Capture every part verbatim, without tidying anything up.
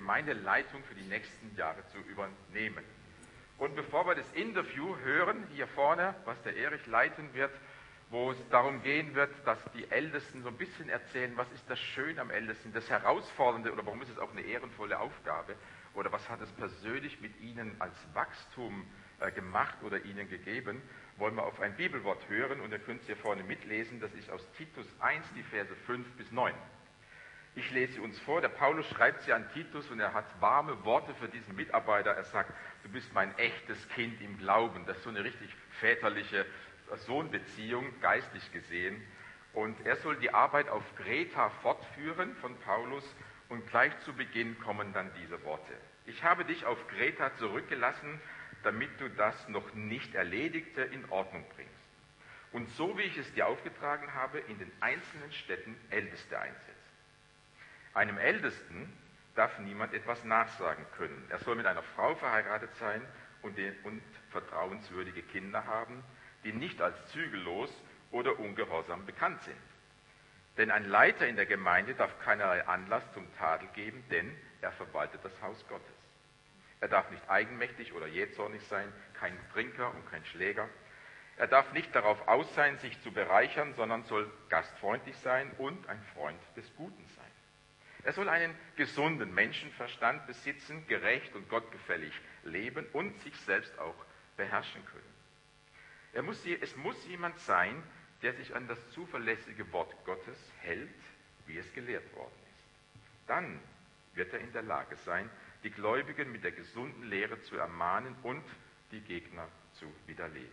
Gemeindeleitung für die nächsten Jahre zu übernehmen. Und bevor wir das Interview hören, hier vorne, was der Erich leiten wird, wo es darum gehen wird, dass die Ältesten so ein bisschen erzählen, was ist das Schöne am Ältesten, das Herausfordernde oder warum ist es auch eine ehrenvolle Aufgabe oder was hat es persönlich mit Ihnen als Wachstum äh, gemacht oder Ihnen gegeben, wollen wir auf ein Bibelwort hören und ihr könnt es hier vorne mitlesen, das ist aus Titus eins, die Verse fünf bis neun. Ich lese sie uns vor, der Paulus schreibt sie an Titus und er hat warme Worte für diesen Mitarbeiter, er sagt, du bist mein echtes Kind im Glauben, das ist so eine richtig väterliche Sohnbeziehung, geistlich gesehen. Und er soll die Arbeit auf Kreta fortführen von Paulus und gleich zu Beginn kommen dann diese Worte. Ich habe dich auf Kreta zurückgelassen, damit du das noch nicht Erledigte in Ordnung bringst. Und so wie ich es dir aufgetragen habe, in den einzelnen Städten Älteste einsetzen. Einem Ältesten darf niemand etwas nachsagen können. Er soll mit einer Frau verheiratet sein und, den, und vertrauenswürdige Kinder haben, die nicht als zügellos oder ungehorsam bekannt sind. Denn ein Leiter in der Gemeinde darf keinerlei Anlass zum Tadel geben, denn er verwaltet das Haus Gottes. Er darf nicht eigenmächtig oder jähzornig sein, kein Trinker und kein Schläger. Er darf nicht darauf aus sein, sich zu bereichern, sondern soll gastfreundlich sein und ein Freund des Guten sein. Er soll einen gesunden Menschenverstand besitzen, gerecht und gottgefällig leben und sich selbst auch beherrschen können. Er muss, es muss jemand sein, der sich an das zuverlässige Wort Gottes hält, wie es gelehrt worden ist. Dann wird er in der Lage sein, die Gläubigen mit der gesunden Lehre zu ermahnen und die Gegner zu widerlegen.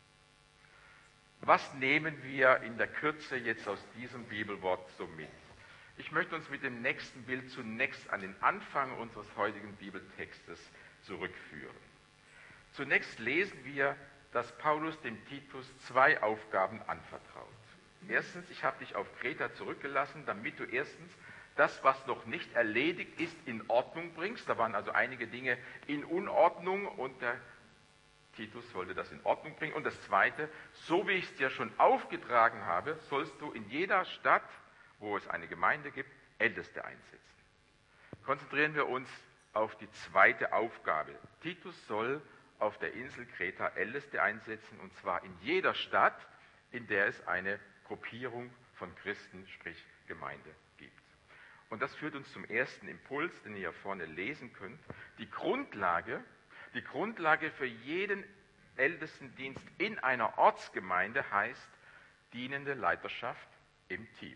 Was nehmen wir in der Kürze jetzt aus diesem Bibelwort so mit? Ich möchte uns mit dem nächsten Bild zunächst an den Anfang unseres heutigen Bibeltextes zurückführen. Zunächst lesen wir, dass Paulus dem Titus zwei Aufgaben anvertraut. Erstens, ich habe dich auf Kreta zurückgelassen, damit du erstens das, was noch nicht erledigt ist, in Ordnung bringst. Da waren also einige Dinge in Unordnung und der Titus wollte das in Ordnung bringen. Und das Zweite, so wie ich es dir schon aufgetragen habe, sollst du in jeder Stadt, wo es eine Gemeinde gibt, Älteste einsetzen. Konzentrieren wir uns auf die zweite Aufgabe. Titus soll auf der Insel Kreta Älteste einsetzen, und zwar in jeder Stadt, in der es eine Gruppierung von Christen, sprich Gemeinde, gibt. Und das führt uns zum ersten Impuls, den ihr hier vorne lesen könnt. Die Grundlage, die Grundlage für jeden Ältestendienst in einer Ortsgemeinde heißt dienende Leiterschaft im Team.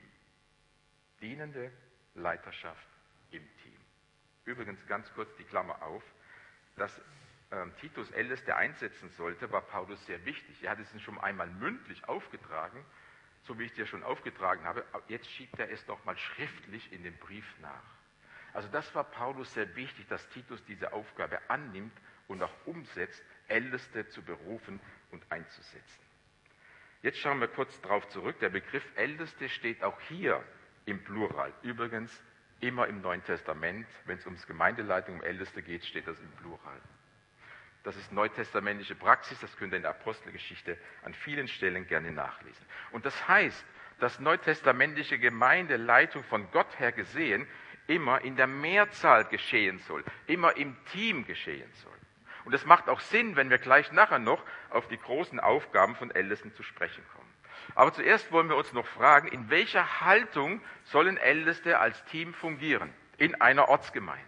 Dienende Leiterschaft im Team. Übrigens ganz kurz die Klammer auf, dass ähm, Titus Älteste einsetzen sollte, war Paulus sehr wichtig. Er hat es schon einmal mündlich aufgetragen, so wie ich dir schon aufgetragen habe. Jetzt schiebt er es nochmal schriftlich in den Brief nach. Also das war Paulus sehr wichtig, dass Titus diese Aufgabe annimmt und auch umsetzt, Älteste zu berufen und einzusetzen. Jetzt schauen wir kurz darauf zurück. Der Begriff Älteste steht auch hier im Plural. Übrigens immer im Neuen Testament, wenn es ums Gemeindeleitung, um Älteste geht, steht das im Plural. Das ist neutestamentliche Praxis, das könnt ihr in der Apostelgeschichte an vielen Stellen gerne nachlesen. Und das heißt, dass neutestamentliche Gemeindeleitung von Gott her gesehen immer in der Mehrzahl geschehen soll, immer im Team geschehen soll. Und es macht auch Sinn, wenn wir gleich nachher noch auf die großen Aufgaben von Ältesten zu sprechen kommen. Aber zuerst wollen wir uns noch fragen, in welcher Haltung sollen Älteste als Team fungieren in einer Ortsgemeinde?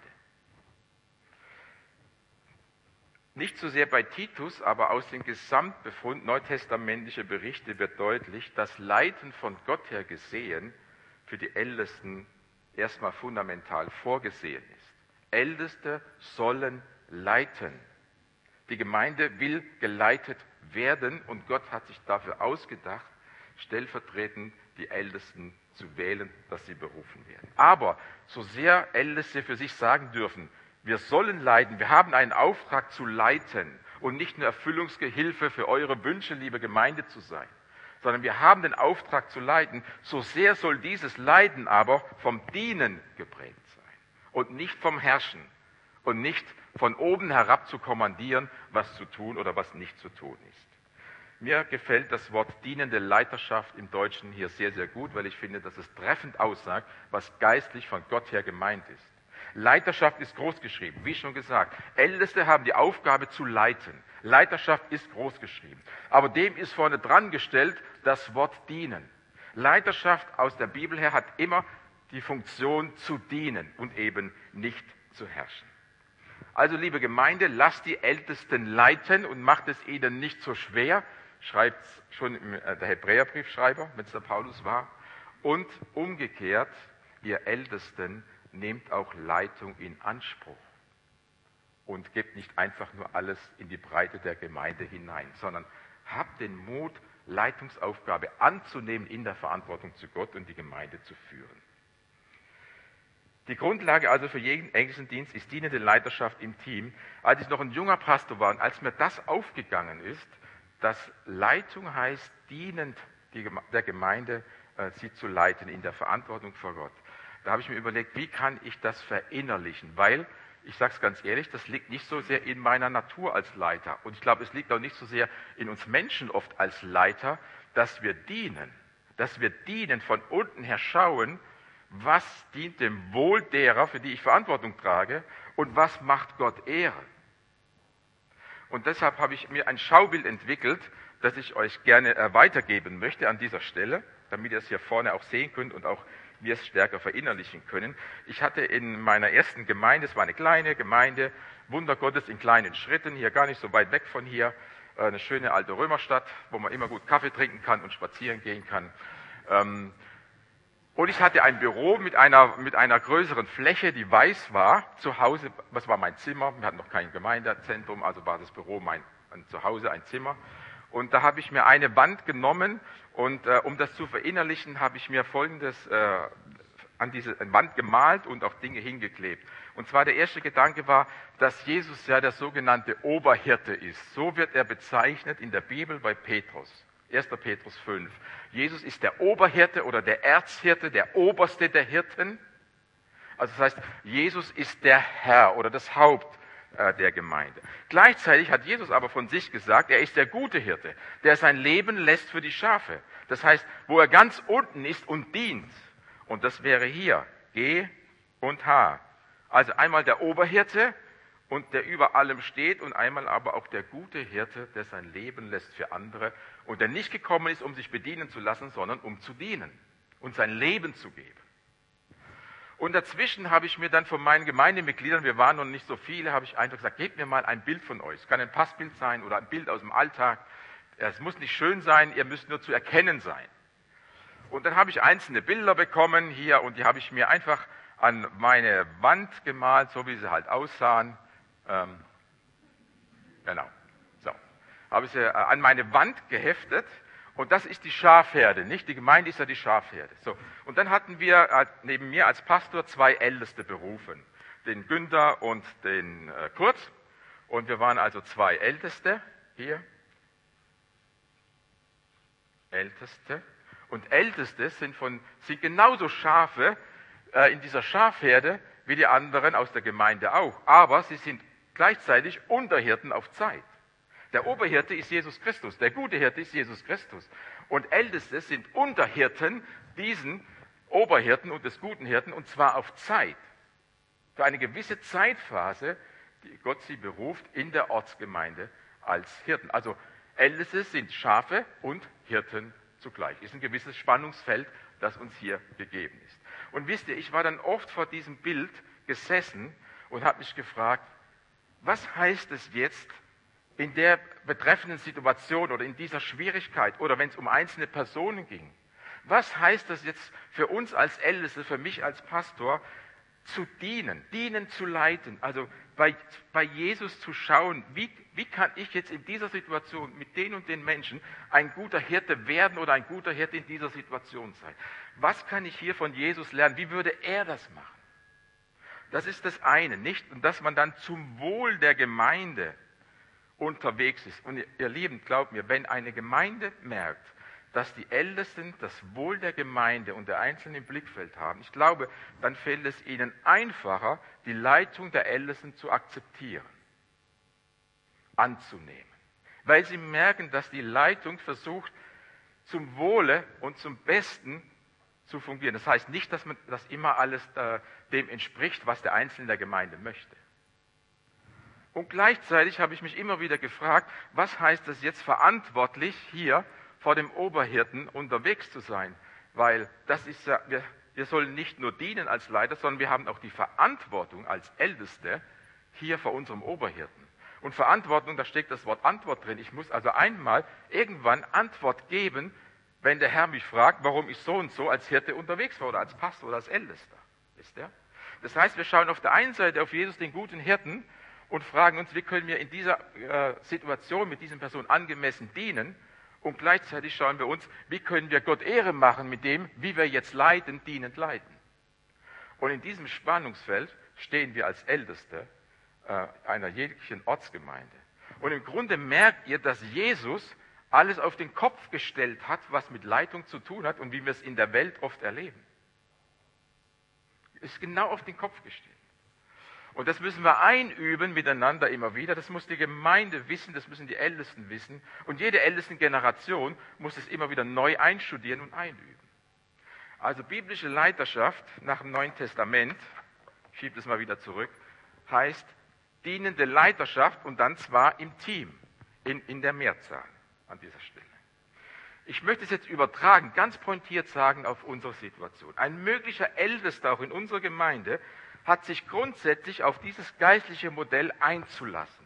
Nicht so sehr bei Titus, aber aus dem Gesamtbefund neutestamentlicher Berichte wird deutlich, dass Leiten von Gott her gesehen für die Ältesten erstmal fundamental vorgesehen ist. Älteste sollen leiten. Die Gemeinde will geleitet werden und Gott hat sich dafür ausgedacht, stellvertretend die Ältesten zu wählen, dass sie berufen werden. Aber so sehr Älteste für sich sagen dürfen, wir sollen leiten, wir haben einen Auftrag zu leiten und nicht nur Erfüllungsgehilfe für eure Wünsche, liebe Gemeinde, zu sein, sondern wir haben den Auftrag zu leiten, so sehr soll dieses Leiden aber vom Dienen geprägt sein und nicht vom Herrschen und nicht von oben herab zu kommandieren, was zu tun oder was nicht zu tun ist. Mir gefällt das Wort dienende Leiterschaft im Deutschen hier sehr, sehr gut, weil ich finde, dass es treffend aussagt, was geistlich von Gott her gemeint ist. Leiterschaft ist großgeschrieben, wie schon gesagt. Älteste haben die Aufgabe zu leiten. Leiterschaft ist großgeschrieben. Aber dem ist vorne dran gestellt das Wort dienen. Leiterschaft aus der Bibel her hat immer die Funktion zu dienen und eben nicht zu herrschen. Also liebe Gemeinde, lasst die Ältesten leiten und macht es ihnen nicht so schwer, schreibt schon der Hebräerbriefschreiber, wenn es der Paulus war. Und umgekehrt, ihr Ältesten, nehmt auch Leitung in Anspruch und gebt nicht einfach nur alles in die Breite der Gemeinde hinein, sondern habt den Mut, Leitungsaufgabe anzunehmen, in der Verantwortung zu Gott und die Gemeinde zu führen. Die Grundlage also für jeden Ältestendienst ist dienende Leiterschaft im Team. Als ich noch ein junger Pastor war und als mir das aufgegangen ist, dass Leitung heißt, dienend der Gemeinde, sie zu leiten in der Verantwortung vor Gott, da habe ich mir überlegt, wie kann ich das verinnerlichen? Weil, ich sage es ganz ehrlich, das liegt nicht so sehr in meiner Natur als Leiter. Und ich glaube, es liegt auch nicht so sehr in uns Menschen oft als Leiter, dass wir dienen. Dass wir dienen, von unten her schauen, was dient dem Wohl derer, für die ich Verantwortung trage, und was macht Gott Ehre. Und deshalb habe ich mir ein Schaubild entwickelt, das ich euch gerne weitergeben möchte an dieser Stelle, damit ihr es hier vorne auch sehen könnt und auch wir es stärker verinnerlichen können. Ich hatte in meiner ersten Gemeinde, es war eine kleine Gemeinde, Wunder Gottes in kleinen Schritten, hier gar nicht so weit weg von hier, eine schöne alte Römerstadt, wo man immer gut Kaffee trinken kann und spazieren gehen kann. Und ich hatte ein Büro mit einer, mit einer größeren Fläche, die weiß war, zu Hause, das war mein Zimmer, wir hatten noch kein Gemeindezentrum, also war das Büro mein ein Zuhause, ein Zimmer. Und da habe ich mir eine Wand genommen und äh, um das zu verinnerlichen, habe ich mir Folgendes äh, an diese Wand gemalt und auch Dinge hingeklebt. Und zwar der erste Gedanke war, dass Jesus ja der sogenannte Oberhirte ist. So wird er bezeichnet in der Bibel bei Petrus. erster Petrus fünf. Jesus ist der Oberhirte oder der Erzhirte, der Oberste der Hirten. Also das heißt, Jesus ist der Herr oder das Haupt der Gemeinde. Gleichzeitig hat Jesus aber von sich gesagt, er ist der gute Hirte, der sein Leben lässt für die Schafe. Das heißt, wo er ganz unten ist und dient. Und das wäre hier G und H. Also einmal der Oberhirte und der über allem steht und einmal aber auch der gute Hirte, der sein Leben lässt für andere und der nicht gekommen ist, um sich bedienen zu lassen, sondern um zu dienen und sein Leben zu geben. Und dazwischen habe ich mir dann von meinen Gemeindemitgliedern, wir waren noch nicht so viele, habe ich einfach gesagt, gebt mir mal ein Bild von euch. Es kann ein Passbild sein oder ein Bild aus dem Alltag. Es muss nicht schön sein, ihr müsst nur zu erkennen sein. Und dann habe ich einzelne Bilder bekommen hier und die habe ich mir einfach an meine Wand gemalt, so wie sie halt aussahen. Ähm, genau, so. Habe ich sie äh, an meine Wand geheftet. Und das ist die Schafherde, nicht? Die Gemeinde ist ja die Schafherde. So. Und dann hatten wir äh, neben mir als Pastor zwei Älteste berufen, den Günther und den äh, Kurt. Und wir waren also zwei Älteste hier. Älteste. Und Älteste sind, von, sind genauso Schafe äh, in dieser Schafherde wie die anderen aus der Gemeinde auch. Aber sie sind gleichzeitig Unterhirten auf Zeit. Der Oberhirte ist Jesus Christus, der gute Hirte ist Jesus Christus. Und Älteste sind Unterhirten diesen Oberhirten und des guten Hirten, und zwar auf Zeit. Für eine gewisse Zeitphase, die Gott sie beruft in der Ortsgemeinde als Hirten. Also Älteste sind Schafe und Hirten zugleich. Ist ein gewisses Spannungsfeld, das uns hier gegeben ist. Und wisst ihr, ich war dann oft vor diesem Bild gesessen und habe mich gefragt, was heißt es jetzt, in der betreffenden Situation oder in dieser Schwierigkeit oder wenn es um einzelne Personen ging, was heißt das jetzt für uns als Älteste, für mich als Pastor, zu dienen, dienen zu leiten, also bei, bei Jesus zu schauen, wie, wie kann ich jetzt in dieser Situation mit den und den Menschen ein guter Hirte werden oder ein guter Hirte in dieser Situation sein? Was kann ich hier von Jesus lernen? Wie würde er das machen? Das ist das eine, nicht? Und dass man dann zum Wohl der Gemeinde unterwegs ist. Und ihr Lieben, glaubt mir, wenn eine Gemeinde merkt, dass die Ältesten das Wohl der Gemeinde und der Einzelnen im Blickfeld haben, ich glaube, dann fällt es ihnen einfacher, die Leitung der Ältesten zu akzeptieren, anzunehmen. Weil sie merken, dass die Leitung versucht, zum Wohle und zum Besten zu fungieren. Das heißt nicht, dass man das immer alles äh, dem entspricht, was der Einzelne in der Gemeinde möchte. Und gleichzeitig habe ich mich immer wieder gefragt, was heißt es jetzt verantwortlich, hier vor dem Oberhirten unterwegs zu sein? Weil das ist ja, wir, wir sollen nicht nur dienen als Leiter, sondern wir haben auch die Verantwortung als Älteste hier vor unserem Oberhirten. Und Verantwortung, da steckt das Wort Antwort drin. Ich muss also einmal irgendwann Antwort geben, wenn der Herr mich fragt, warum ich so und so als Hirte unterwegs war oder als Pastor oder als Ältester. Wisst ihr? Das heißt, wir schauen auf der einen Seite auf Jesus, den guten Hirten, und fragen uns, wie können wir in dieser äh, Situation mit diesen Personen angemessen dienen, und gleichzeitig schauen wir uns, wie können wir Gott Ehre machen mit dem, wie wir jetzt leiten, dienend leiten. Und in diesem Spannungsfeld stehen wir als Älteste äh, einer jeglichen Ortsgemeinde. Und im Grunde merkt ihr, dass Jesus alles auf den Kopf gestellt hat, was mit Leitung zu tun hat und wie wir es in der Welt oft erleben. Ist genau auf den Kopf gestellt. Und das müssen wir einüben miteinander immer wieder. Das muss die Gemeinde wissen, das müssen die Ältesten wissen. Und jede Ältestengeneration muss es immer wieder neu einstudieren und einüben. Also biblische Leiterschaft nach dem Neuen Testament, ich schiebe das mal wieder zurück, heißt dienende Leiterschaft und dann zwar im Team, in, in der Mehrzahl an dieser Stelle. Ich möchte es jetzt übertragen, ganz pointiert sagen auf unsere Situation. Ein möglicher Ältester auch in unserer Gemeinde hat sich grundsätzlich auf dieses geistliche Modell einzulassen.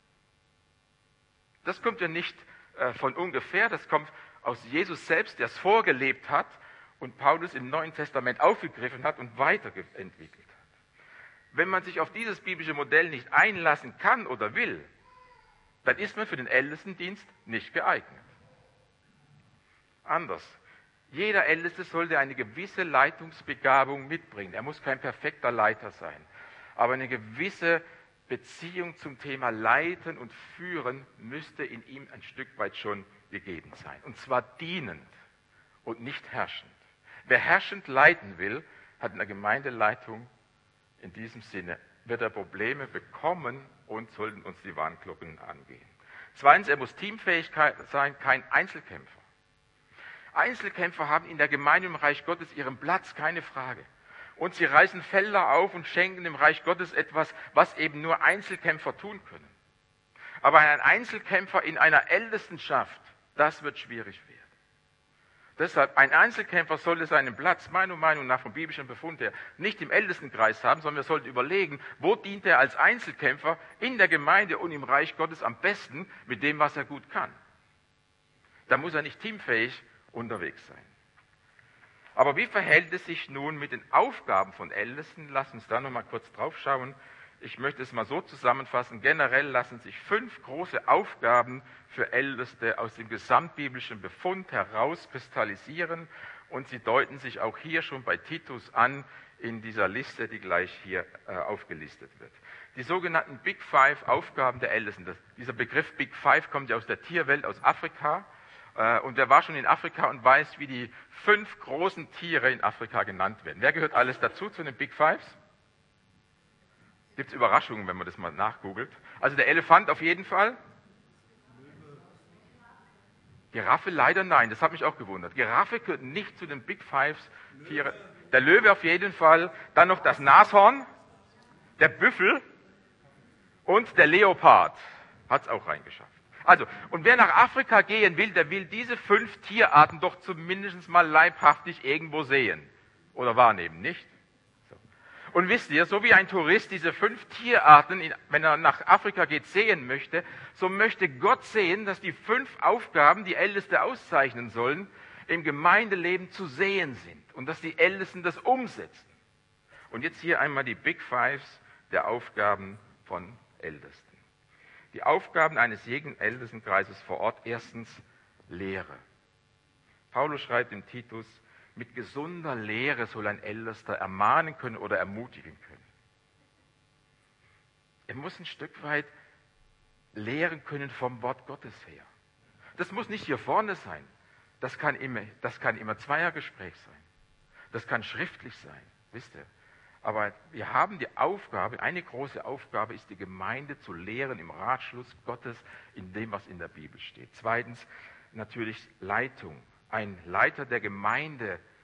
Das kommt ja nicht äh, von ungefähr, das kommt aus Jesus selbst, der es vorgelebt hat und Paulus im Neuen Testament aufgegriffen hat und weiterentwickelt hat. Wenn man sich auf dieses biblische Modell nicht einlassen kann oder will, dann ist man für den Ältestendienst nicht geeignet. Anders. Jeder Älteste sollte eine gewisse Leitungsbegabung mitbringen. Er muss kein perfekter Leiter sein, aber eine gewisse Beziehung zum Thema Leiten und Führen müsste in ihm ein Stück weit schon gegeben sein. Und zwar dienend und nicht herrschend. Wer herrschend leiten will, hat in der Gemeindeleitung in diesem Sinne, wird er Probleme bekommen und sollten uns die Warnglocken angehen. Zweitens, er muss teamfähig sein, kein Einzelkämpfer. Einzelkämpfer haben in der Gemeinde im Reich Gottes ihren Platz, keine Frage. Und sie reißen Felder auf und schenken dem Reich Gottes etwas, was eben nur Einzelkämpfer tun können. Aber ein Einzelkämpfer in einer Ältestenschaft, das wird schwierig werden. Deshalb, ein Einzelkämpfer sollte seinen Platz, meiner Meinung nach vom biblischen Befund her, nicht im Ältestenkreis haben, sondern wir sollten überlegen, wo dient er als Einzelkämpfer in der Gemeinde und im Reich Gottes am besten mit dem, was er gut kann. Da muss er nicht teamfähig unterwegs sein. Aber wie verhält es sich nun mit den Aufgaben von Ältesten? Lass uns da noch mal kurz drauf schauen. Ich möchte es mal so zusammenfassen. Generell lassen sich fünf große Aufgaben für Älteste aus dem gesamtbiblischen Befund herauskristallisieren und sie deuten sich auch hier schon bei Titus an in dieser Liste, die gleich hier äh, aufgelistet wird. Die sogenannten Big Five Aufgaben der Ältesten. Das, dieser Begriff Big Five kommt ja aus der Tierwelt, aus Afrika. Und wer war schon in Afrika und weiß, wie die fünf großen Tiere in Afrika genannt werden? Wer gehört alles dazu, zu den Big Fives? Gibt es Überraschungen, wenn man das mal nachgoogelt? Also der Elefant auf jeden Fall. Giraffe leider nein, das hat mich auch gewundert. Giraffe gehört nicht zu den Big Fives Tiere. Der Löwe auf jeden Fall. Dann noch das Nashorn, der Büffel und der Leopard. Hat es auch reingeschafft. Also, und wer nach Afrika gehen will, der will diese fünf Tierarten doch zumindest mal leibhaftig irgendwo sehen oder wahrnehmen, nicht? So. Und wisst ihr, so wie ein Tourist diese fünf Tierarten, wenn er nach Afrika geht, sehen möchte, so möchte Gott sehen, dass die fünf Aufgaben, die Älteste auszeichnen sollen, im Gemeindeleben zu sehen sind und dass die Ältesten das umsetzen. Und jetzt hier einmal die Big Fives der Aufgaben von Ältesten. Die Aufgaben eines jeden Ältestenkreises vor Ort. Erstens Lehre. Paulus schreibt im Titus, mit gesunder Lehre soll ein Ältester ermahnen können oder ermutigen können. Er muss ein Stück weit lehren können vom Wort Gottes her. Das muss nicht hier vorne sein. Das kann immer, das kann immer Zweiergespräch sein. Das kann schriftlich sein, wisst ihr. Aber wir haben die Aufgabe, eine große Aufgabe ist, die Gemeinde zu lehren im Ratschluss Gottes, in dem, was in der Bibel steht. Zweitens, natürlich Leitung. Ein Leiter der Gemeinde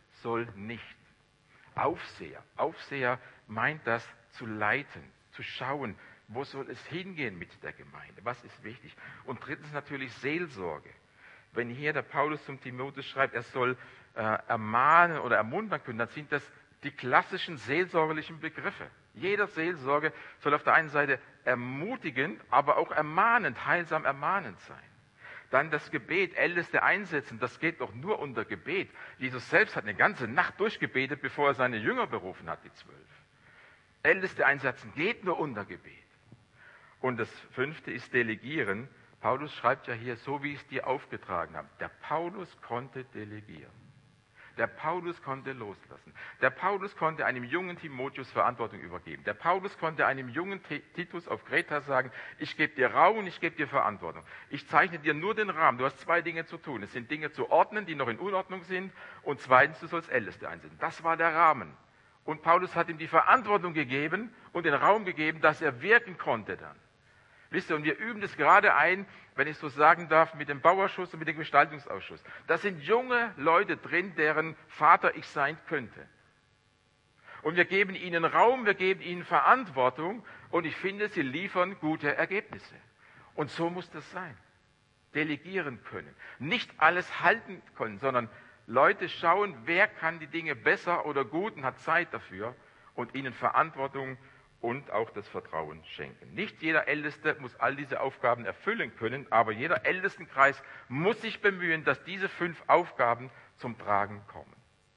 soll nicht. Aufseher. Aufseher meint das zu leiten, zu schauen, wo soll es hingehen mit der Gemeinde, was ist wichtig. Und drittens natürlich Seelsorge. Wenn hier der Paulus zum Timotheus schreibt, er soll äh, ermahnen oder ermuntern können, dann sind das die klassischen seelsorgerlichen Begriffe. Jeder Seelsorge soll auf der einen Seite ermutigend, aber auch ermahnend, heilsam ermahnend sein. Dann das Gebet, Älteste einsetzen, das geht doch nur unter Gebet. Jesus selbst hat eine ganze Nacht durchgebetet, bevor er seine Jünger berufen hat, die zwölf. Älteste einsetzen geht nur unter Gebet. Und das fünfte ist Delegieren. Paulus schreibt ja hier, so wie ich es dir aufgetragen habe. Der Paulus konnte delegieren. Der Paulus konnte loslassen. Der Paulus konnte einem jungen Timotheus Verantwortung übergeben. Der Paulus konnte einem jungen Titus auf Kreta sagen, ich gebe dir Raum und ich gebe dir Verantwortung. Ich zeichne dir nur den Rahmen. Du hast zwei Dinge zu tun. Es sind Dinge zu ordnen, die noch in Unordnung sind. Und zweitens, du sollst Älteste einsetzen. Das war der Rahmen. Und Paulus hat ihm die Verantwortung gegeben und den Raum gegeben, dass er wirken konnte dann. Wisst ihr, und wir üben das gerade ein, wenn ich so sagen darf, mit dem Bauausschuss und mit dem Gestaltungsausschuss. Da sind junge Leute drin, deren Vater ich sein könnte. Und wir geben ihnen Raum, wir geben ihnen Verantwortung und ich finde, sie liefern gute Ergebnisse. Und so muss das sein. Delegieren können. Nicht alles halten können, sondern Leute schauen, wer kann die Dinge besser oder gut und hat Zeit dafür und ihnen Verantwortung und auch das Vertrauen schenken. Nicht jeder Älteste muss all diese Aufgaben erfüllen können, aber jeder Ältestenkreis muss sich bemühen, dass diese fünf Aufgaben zum Tragen kommen.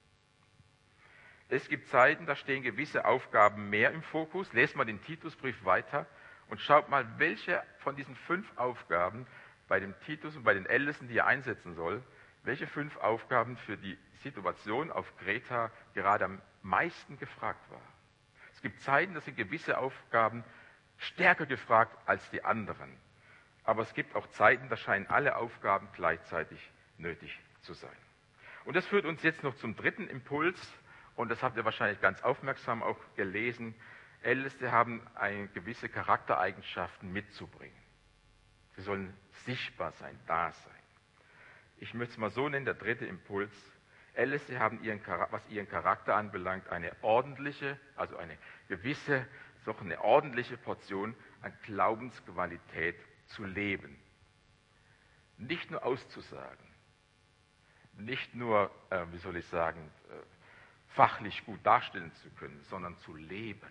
Es gibt Zeiten, da stehen gewisse Aufgaben mehr im Fokus. Lest mal den Titusbrief weiter und schaut mal, welche von diesen fünf Aufgaben bei dem Titus und bei den Ältesten, die er einsetzen soll, welche fünf Aufgaben für die Situation auf Kreta gerade am meisten gefragt waren. Es gibt Zeiten, da sind gewisse Aufgaben stärker gefragt als die anderen. Aber es gibt auch Zeiten, da scheinen alle Aufgaben gleichzeitig nötig zu sein. Und das führt uns jetzt noch zum dritten Impuls. Und das habt ihr wahrscheinlich ganz aufmerksam auch gelesen. Älteste haben eine gewisse Charaktereigenschaften mitzubringen. Sie sollen sichtbar sein, da sein. Ich möchte es mal so nennen, der dritte Impuls. Älteste haben, ihren, was ihren Charakter anbelangt, eine ordentliche, also eine gewisse, doch eine ordentliche Portion an Glaubensqualität zu leben. Nicht nur auszusagen, nicht nur, äh, wie soll ich sagen, äh, fachlich gut darstellen zu können, sondern zu leben.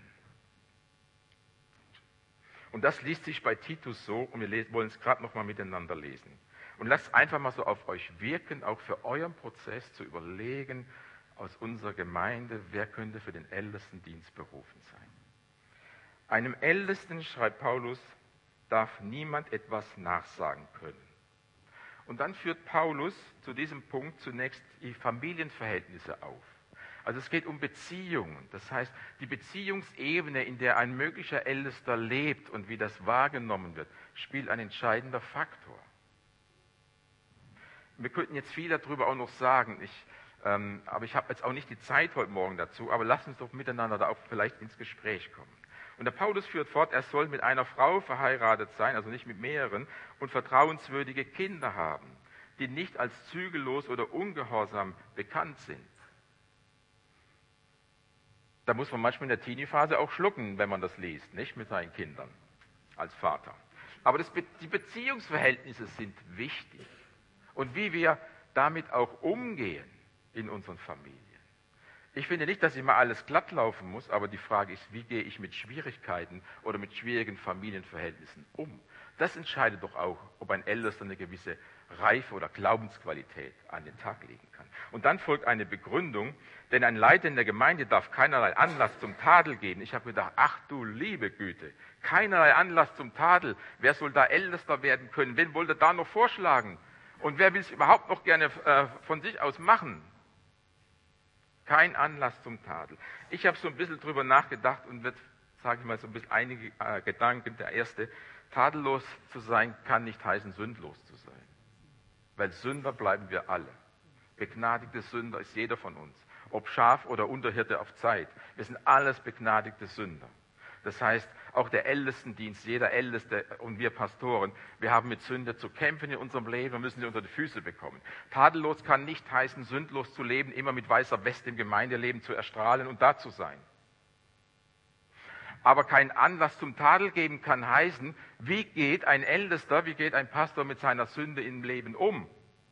Und das liest sich bei Titus so, und wir wollen es gerade noch mal miteinander lesen. Und lasst einfach mal so auf euch wirken, auch für euren Prozess zu überlegen, aus unserer Gemeinde, wer könnte für den Ältestendienst berufen sein. Einem Ältesten, schreibt Paulus, darf niemand etwas nachsagen können. Und dann führt Paulus zu diesem Punkt zunächst die Familienverhältnisse auf. Also es geht um Beziehungen, das heißt die Beziehungsebene, in der ein möglicher Ältester lebt und wie das wahrgenommen wird, spielt ein entscheidender Faktor. Wir könnten jetzt viel darüber auch noch sagen, ich, ähm, aber ich habe jetzt auch nicht die Zeit heute Morgen dazu, aber lasst uns doch miteinander da auch vielleicht ins Gespräch kommen. Und der Paulus führt fort, er soll mit einer Frau verheiratet sein, also nicht mit mehreren, und vertrauenswürdige Kinder haben, die nicht als zügellos oder ungehorsam bekannt sind. Da muss man manchmal in der Teenie-Phase auch schlucken, wenn man das liest, nicht mit seinen Kindern als Vater. Aber das, die Beziehungsverhältnisse sind wichtig. Und wie wir damit auch umgehen in unseren Familien. Ich finde nicht, dass immer alles glatt laufen muss, aber die Frage ist, wie gehe ich mit Schwierigkeiten oder mit schwierigen Familienverhältnissen um? Das entscheidet doch auch, ob ein Ältester eine gewisse Reife oder Glaubensqualität an den Tag legen kann. Und dann folgt eine Begründung, denn ein Leiter in der Gemeinde darf keinerlei Anlass zum Tadel geben. Ich habe gedacht, ach du liebe Güte, keinerlei Anlass zum Tadel. Wer soll da Ältester werden können? Wen wollte da noch vorschlagen? Und wer will es überhaupt noch gerne äh, von sich aus machen? Kein Anlass zum Tadel. Ich habe so ein bisschen drüber nachgedacht und wird, sage ich mal, so ein bisschen einige äh, Gedanken. Der erste, tadellos zu sein, kann nicht heißen, sündlos zu sein. Weil Sünder bleiben wir alle. Begnadigte Sünder ist jeder von uns. Ob Schaf oder Unterhirte auf Zeit. Wir sind alles begnadigte Sünder. Das heißt, auch der Ältestendienst, jeder Älteste und wir Pastoren, wir haben mit Sünde zu kämpfen in unserem Leben, wir müssen sie unter die Füße bekommen. Tadellos kann nicht heißen, sündlos zu leben, immer mit weißer Weste im Gemeindeleben zu erstrahlen und da zu sein. Aber kein Anlass zum Tadel geben kann heißen, wie geht ein Ältester, wie geht ein Pastor mit seiner Sünde im Leben um?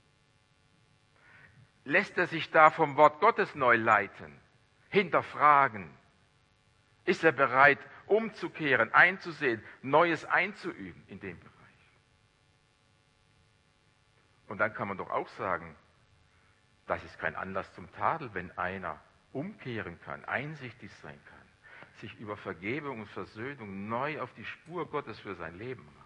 Lässt er sich da vom Wort Gottes neu leiten, hinterfragen? Ist er bereit, umzukehren, einzusehen, Neues einzuüben in dem Bereich? Und dann kann man doch auch sagen, das ist kein Anlass zum Tadel, wenn einer umkehren kann, einsichtig sein kann, sich über Vergebung und Versöhnung neu auf die Spur Gottes für sein Leben macht.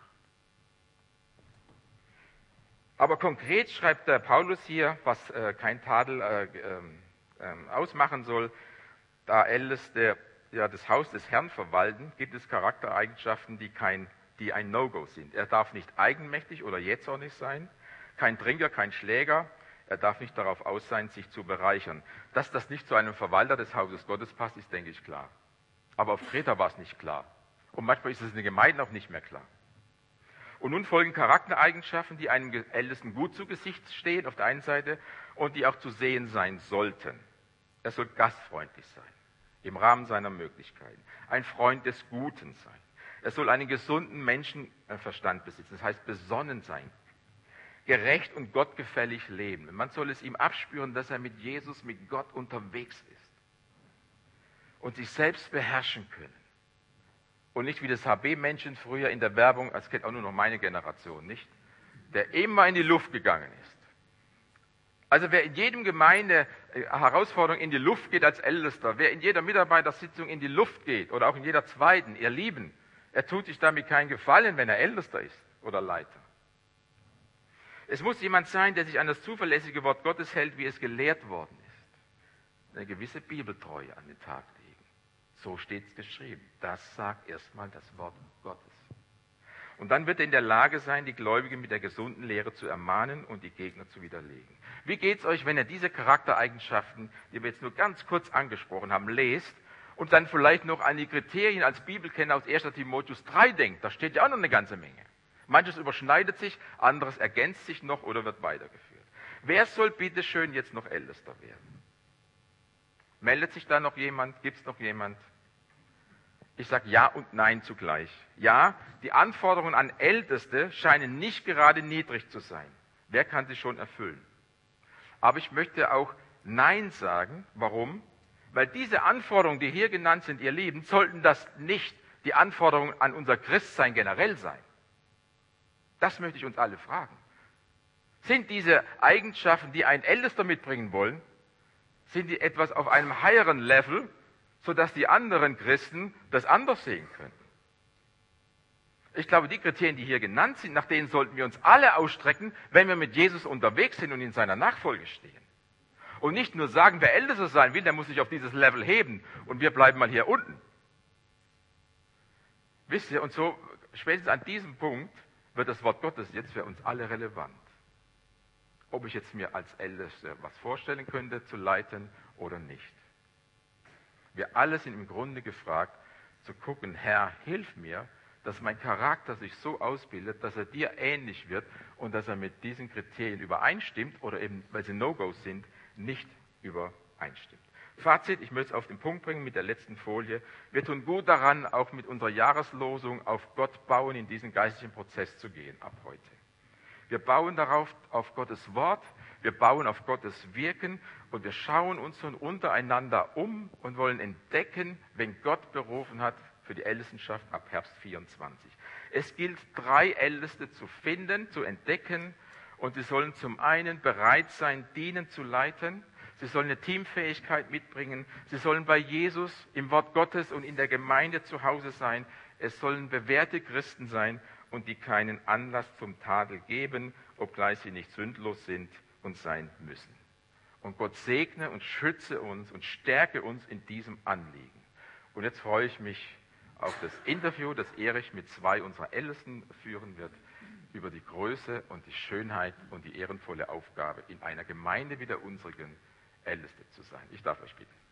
Aber konkret schreibt der Paulus hier, was äh, kein Tadel äh, äh, ausmachen soll, da Älteste ja, das Haus des Herrn verwalten, gibt es Charaktereigenschaften, die, kein, die ein No-Go sind. Er darf nicht eigenmächtig oder jähzornig sein, kein Trinker, kein Schläger, er darf nicht darauf aus sein, sich zu bereichern. Dass das nicht zu einem Verwalter des Hauses Gottes passt, ist, denke ich, klar. Aber auf Kreta war es nicht klar. Und manchmal ist es in den Gemeinden auch nicht mehr klar. Und nun folgen Charaktereigenschaften, die einem Ältesten gut zu Gesicht stehen auf der einen Seite und die auch zu sehen sein sollten. Er soll gastfreundlich sein, im Rahmen seiner Möglichkeiten. Ein Freund des Guten sein. Er soll einen gesunden Menschenverstand besitzen, das heißt besonnen sein, gerecht und gottgefällig leben. Man soll es ihm abspüren, dass er mit Jesus, mit Gott unterwegs ist und sich selbst beherrschen können. Und nicht wie das H B-Männchen früher in der Werbung, das kennt auch nur noch meine Generation, nicht? Der immer in die Luft gegangen ist. Also wer in jedem Gemeinde Herausforderung in die Luft geht als Ältester, wer in jeder Mitarbeitersitzung in die Luft geht oder auch in jeder zweiten, ihr Lieben, er tut sich damit keinen Gefallen, wenn er Ältester ist oder Leiter. Es muss jemand sein, der sich an das zuverlässige Wort Gottes hält, wie es gelehrt worden ist. Eine gewisse Bibeltreue an den Tag legen. So steht es geschrieben. Das sagt erstmal das Wort Gottes. Und dann wird er in der Lage sein, die Gläubigen mit der gesunden Lehre zu ermahnen und die Gegner zu widerlegen. Wie geht es euch, wenn ihr diese Charaktereigenschaften, die wir jetzt nur ganz kurz angesprochen haben, lest und dann vielleicht noch an die Kriterien als Bibelkenner aus erster Timotheus drei denkt? Da steht ja auch noch eine ganze Menge. Manches überschneidet sich, anderes ergänzt sich noch oder wird weitergeführt. Wer soll bitte schön jetzt noch Ältester werden? Meldet sich da noch jemand? Gibt es noch jemand? Ich sage ja und nein zugleich. Ja, die Anforderungen an Älteste scheinen nicht gerade niedrig zu sein. Wer kann sie schon erfüllen? Aber ich möchte auch nein sagen. Warum? Weil diese Anforderungen, die hier genannt sind, ihr Lieben, sollten das nicht die Anforderungen an unser Christsein generell sein. Das möchte ich uns alle fragen. Sind diese Eigenschaften, die ein Ältester mitbringen wollen, sind die etwas auf einem höheren Level, sodass die anderen Christen das anders sehen können? Ich glaube, die Kriterien, die hier genannt sind, nach denen sollten wir uns alle ausstrecken, wenn wir mit Jesus unterwegs sind und in seiner Nachfolge stehen. Und nicht nur sagen, wer Ältester sein will, der muss sich auf dieses Level heben und wir bleiben mal hier unten. Wisst ihr, und so spätestens an diesem Punkt wird das Wort Gottes jetzt für uns alle relevant. Ob ich jetzt mir als Ältester was vorstellen könnte, zu leiten oder nicht. Wir alle sind im Grunde gefragt, zu gucken, Herr, hilf mir, dass mein Charakter sich so ausbildet, dass er dir ähnlich wird und dass er mit diesen Kriterien übereinstimmt oder eben, weil sie No-Gos sind, nicht übereinstimmt. Fazit, ich möchte es auf den Punkt bringen mit der letzten Folie. Wir tun gut daran, auch mit unserer Jahreslosung auf Gott bauen, in diesen geistlichen Prozess zu gehen, ab heute. Wir bauen darauf, auf Gottes Wort, wir bauen auf Gottes Wirken und wir schauen uns nun untereinander um und wollen entdecken, wenn Gott berufen hat für die Ältestenschaft ab Herbst vierundzwanzig. Es gilt, drei Älteste zu finden, zu entdecken und sie sollen zum einen bereit sein, dienen zu leiten. Sie sollen eine Teamfähigkeit mitbringen. Sie sollen bei Jesus im Wort Gottes und in der Gemeinde zu Hause sein. Es sollen bewährte Christen sein und die keinen Anlass zum Tadel geben, obgleich sie nicht sündlos sind und sein müssen. Und Gott segne und schütze uns und stärke uns in diesem Anliegen. Und jetzt freue ich mich auf das Interview, das Erich mit zwei unserer Ältesten führen wird, über die Größe und die Schönheit und die ehrenvolle Aufgabe, in einer Gemeinde wie der unsrigen Älteste zu sein. Ich darf euch bitten.